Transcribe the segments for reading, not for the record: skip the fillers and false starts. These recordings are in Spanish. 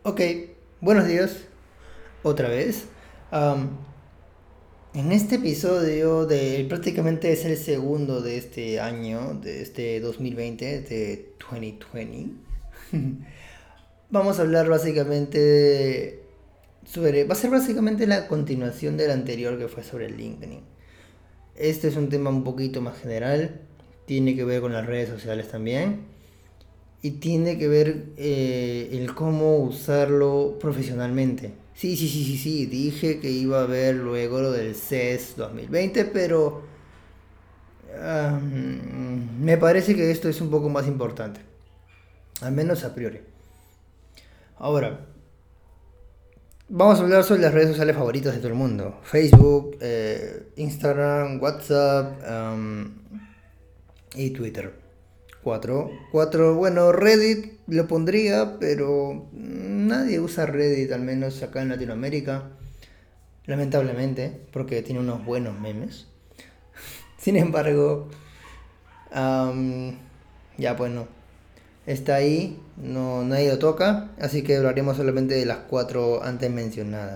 Ok, buenos días, otra vez. Am, en este episodio prácticamente es el segundo de este año, de este 2020, de 2020. Vamos a hablar básicamente va a ser básicamente la continuación del anterior que fue sobre el LinkedIn. Este es un tema un poquito más general, tiene que ver con las redes sociales también. Y tiene que ver el cómo usarlo profesionalmente. Sí, sí, sí, sí, sí, dije que iba a ver luego lo del CES 2020, pero me parece que esto es un poco más importante, al menos a priori. Ahora, vamos a hablar sobre las redes sociales favoritas de todo el mundo. Facebook, Instagram, WhatsApp y Twitter. Cuatro, bueno, Reddit lo pondría, pero nadie usa Reddit, al menos acá en Latinoamérica, lamentablemente, porque tiene unos buenos memes. Sin embargo, am, ya pues no, está ahí, no, nadie lo toca, así que hablaremos solamente de las cuatro antes mencionadas.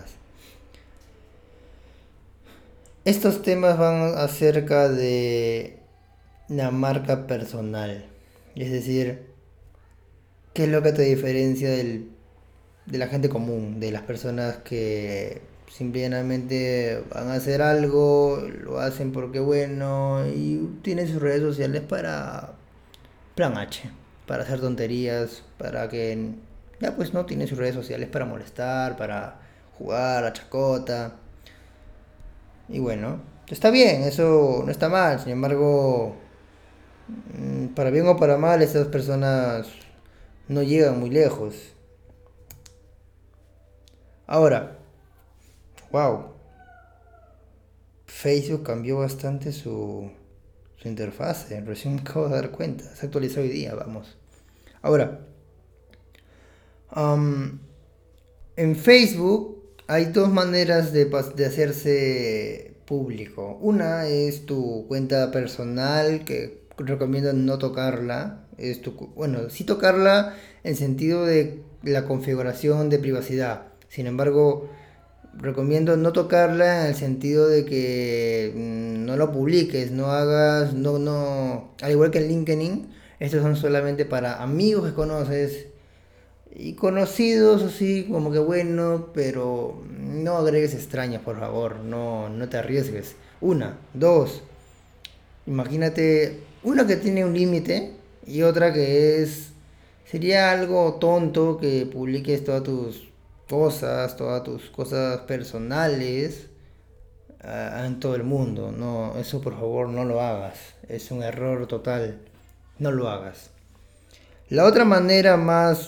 Estos temas van acerca de la marca personal, es decir, qué es lo que te diferencia de la gente común, de las personas que simplemente van a hacer algo, lo hacen porque bueno y tienen sus redes sociales para plan H, para hacer tonterías, para que ya pues no tienen sus redes sociales para molestar, para jugar a chacota y bueno, está bien, eso no está mal, sin embargo, para bien o para mal esas personas no llegan muy lejos. Ahora, wow, Facebook cambió bastante su interfase. Recién me acabo de dar cuenta. Se actualizó hoy día, vamos. Ahora, am, en Facebook hay dos maneras de hacerse público. Una es tu cuenta personal, que recomiendo no tocarla. Bueno, sí tocarla en sentido de la configuración de privacidad. Sin embargo, recomiendo no tocarla en el sentido de que no lo publiques, no hagas, al igual que en LinkedIn, estos son solamente para amigos que conoces y conocidos así como que bueno, pero no agregues extraños, por favor, no te arriesgues. Una, dos, imagínate una que tiene un límite y otra que sería algo tonto que publiques todas tus cosas personales en todo el mundo. No, eso por favor no lo hagas. Es un error total. No lo hagas. La otra manera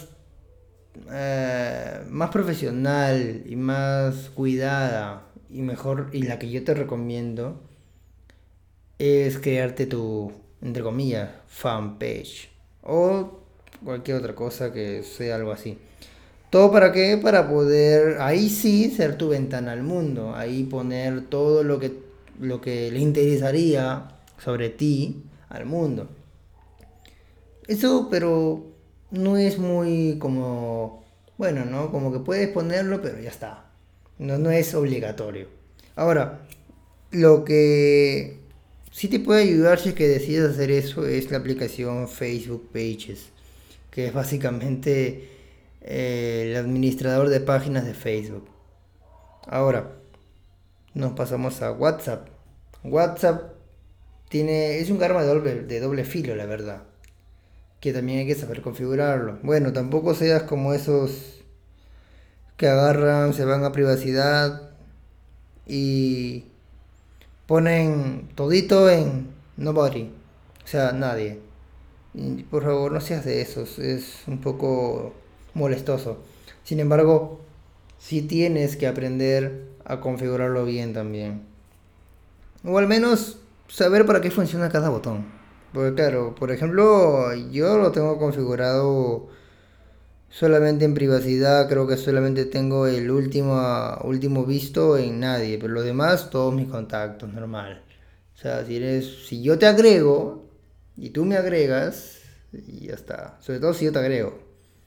más profesional y más cuidada y mejor y la que yo te recomiendo es crearte tu, entre comillas, fanpage o cualquier otra cosa que sea algo así. ¿Todo para qué? Para poder, ahí sí, ser tu ventana al mundo. Ahí poner todo lo que le interesaría sobre ti al mundo. Eso, pero no es muy como, bueno, ¿no? Como que puedes ponerlo, pero ya está. No es obligatorio. Ahora, lo que sí te puede ayudar si es que decides hacer eso es la aplicación Facebook Pages, que es básicamente el administrador de páginas de Facebook. Ahora, nos pasamos a WhatsApp. WhatsApp es un arma de doble filo, la verdad. Que también hay que saber configurarlo. Bueno, tampoco seas como esos que agarran, se van a privacidad y ponen todito en nobody. O sea, nadie. Y por favor, no seas de esos. Es un poco molestoso. Sin embargo, sí tienes que aprender a configurarlo bien también. O al menos saber para qué funciona cada botón. Porque claro, por ejemplo, yo lo tengo configurado solamente en privacidad, creo que solamente tengo el último visto en nadie, pero los demás todos mis contactos, normal. O sea, si yo te agrego y tú me agregas, y ya está. Sobre todo si yo te agrego.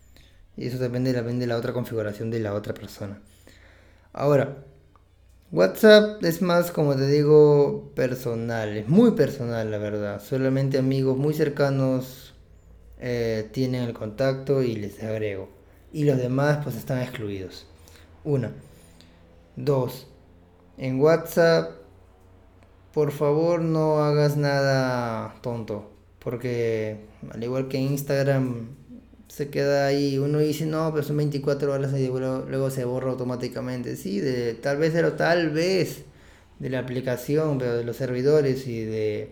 Y eso depende también de la otra configuración de la otra persona. Ahora, WhatsApp es más, como te digo, personal. Es muy personal, la verdad. Solamente amigos muy cercanos tienen el contacto y les agrego. Y los demás pues están excluidos. Una. Dos. En WhatsApp, por favor no hagas nada tonto. Porque al igual que en Instagram se queda ahí. Uno dice, no, pero son 24 horas y luego se borra automáticamente. Sí, tal vez de la aplicación, pero de los servidores y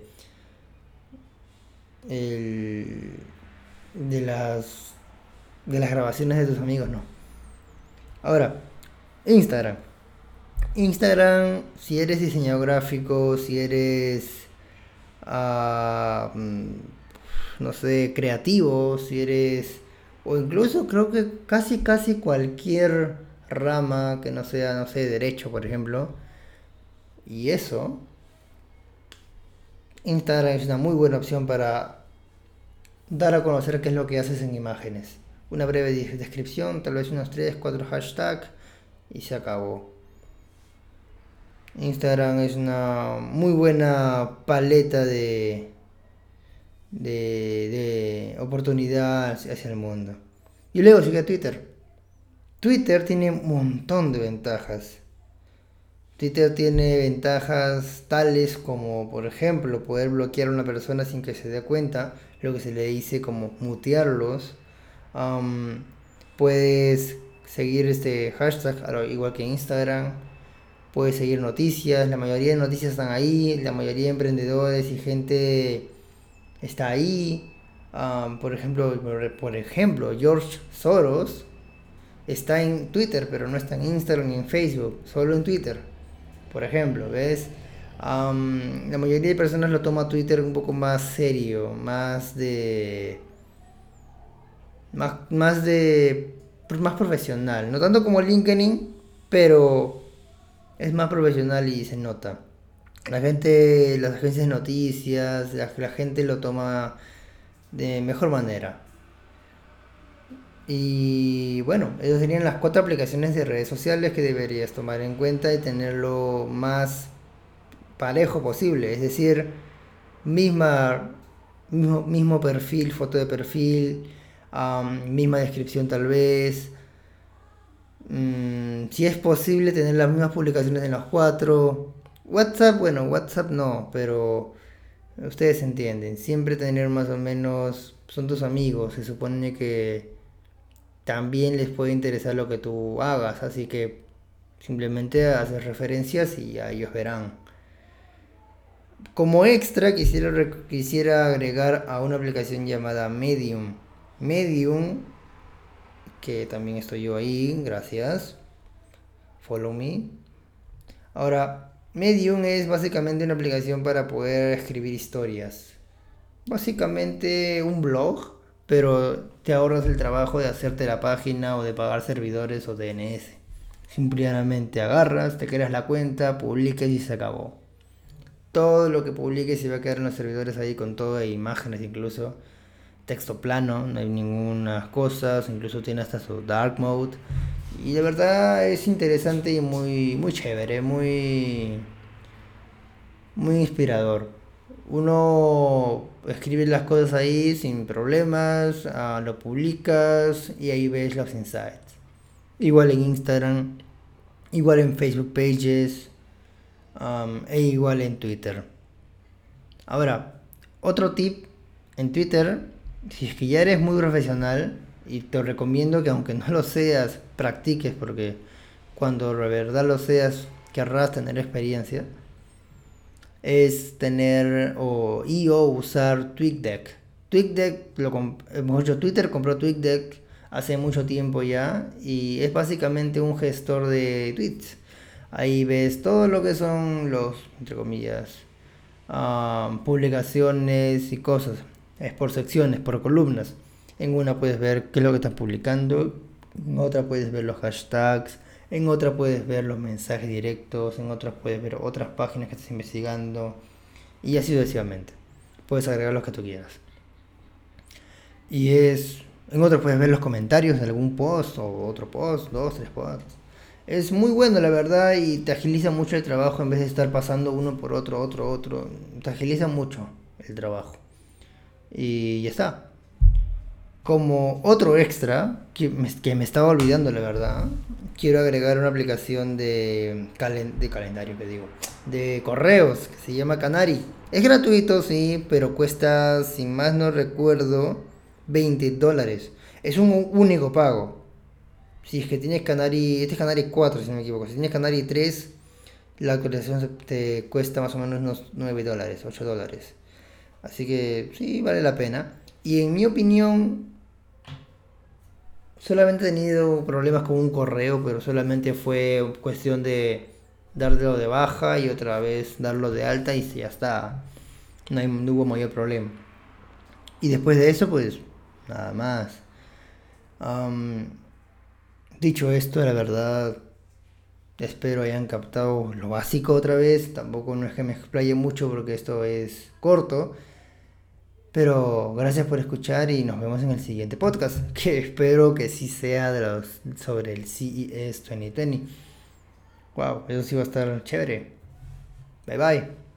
el, de las de las grabaciones de tus amigos, no. Ahora, Instagram. Instagram, si eres diseñador gráfico, si eres, ah, no sé, creativo, si eres, o incluso creo que casi cualquier rama que no sea, no sé, derecho, por ejemplo, y eso, Instagram es una muy buena opción para dar a conocer qué es lo que haces en imágenes. Una breve descripción, tal vez unos 3 4 hashtags y se acabó. Instagram es una muy buena paleta de oportunidad hacia el mundo. Y luego sigue Twitter. Twitter tiene un montón de ventajas. Twitter tiene ventajas tales como, por ejemplo, poder bloquear a una persona sin que se dé cuenta, lo que se le dice como mutearlos. Am, Puedes seguir este hashtag, igual que Instagram. Puedes seguir noticias, la mayoría de noticias están ahí, la mayoría de emprendedores y gente está ahí. Por ejemplo, George Soros está en Twitter, pero no está en Instagram ni en Facebook, solo en Twitter. Por ejemplo, ¿ves? La mayoría de personas lo toma Twitter un poco más serio, más profesional. No tanto como LinkedIn, pero es más profesional y se nota. La gente, las agencias de noticias, la gente lo toma de mejor manera. Y bueno, esas serían las 4 aplicaciones de redes sociales que deberías tomar en cuenta y tenerlo más parejo posible. Es decir, misma, mismo perfil, foto de perfil, misma descripción tal vez. Si es posible tener las mismas publicaciones en los 4. WhatsApp, bueno, WhatsApp no, pero ustedes entienden. Siempre tener más o menos, son tus amigos, se supone que también les puede interesar lo que tú hagas, así que simplemente haces referencias y ya ellos verán. Como extra quisiera agregar a una aplicación llamada Medium. Medium, que también estoy yo ahí, gracias. Follow me. Ahora, Medium es básicamente una aplicación para poder escribir historias. Básicamente un blog, pero te ahorras el trabajo de hacerte la página o de pagar servidores o DNS. Simplemente agarras, te creas la cuenta, publicas y se acabó. Todo lo que publiques se va a quedar en los servidores ahí con todo, e imágenes incluso, texto plano, no hay ninguna cosas, incluso tiene hasta su dark mode. Y de verdad es interesante y muy chévere, muy inspirador. Uno escribe las cosas ahí sin problemas, lo publicas y ahí ves los insights. Igual en Instagram, igual en Facebook Pages, e igual en Twitter. Ahora, otro tip en Twitter, si es que ya eres muy profesional, y te recomiendo que aunque no lo seas, practiques porque cuando de verdad lo seas, querrás tener experiencia, es tener o usar TweetDeck. Mejor dicho, Twitter compró TweetDeck hace mucho tiempo ya y es básicamente un gestor de tweets. Ahí ves todo lo que son los, entre comillas, publicaciones y cosas. Es por secciones, por columnas. En una puedes ver qué es lo que están publicando, en otra puedes ver los hashtags, en otra puedes ver los mensajes directos, en otras puedes ver otras páginas que estás investigando y así sucesivamente. Puedes agregar los que tú quieras. Y es En otro puedes ver los comentarios de algún post o otro post, dos, tres posts. Es muy bueno, la verdad, y te agiliza mucho el trabajo en vez de estar pasando uno por otro, otro, otro. Te agiliza mucho el trabajo. Y ya está. Como otro extra, que me estaba olvidando, la verdad, quiero agregar una aplicación de calendario, que digo, de correos, que se llama Canary. Es gratuito, sí, pero cuesta, si más no recuerdo, $20. Es un único pago. Si es que tienes Canary, este es Canary 4 si no me equivoco. Si tienes Canary 3 la actualización te cuesta más o menos unos $9, $8. Así que sí, vale la pena. Y en mi opinión, solamente he tenido problemas con un correo, pero solamente fue cuestión de darlo de baja y otra vez darlo de alta y ya está. No hubo mayor problema. Y después de eso, pues nada más. Am, Dicho esto, la verdad, espero hayan captado lo básico otra vez. Tampoco no es que me explaye mucho porque esto es corto. Pero gracias por escuchar y nos vemos en el siguiente podcast, que espero que sí sea sobre el CES 2020. Wow, eso sí va a estar chévere. Bye bye.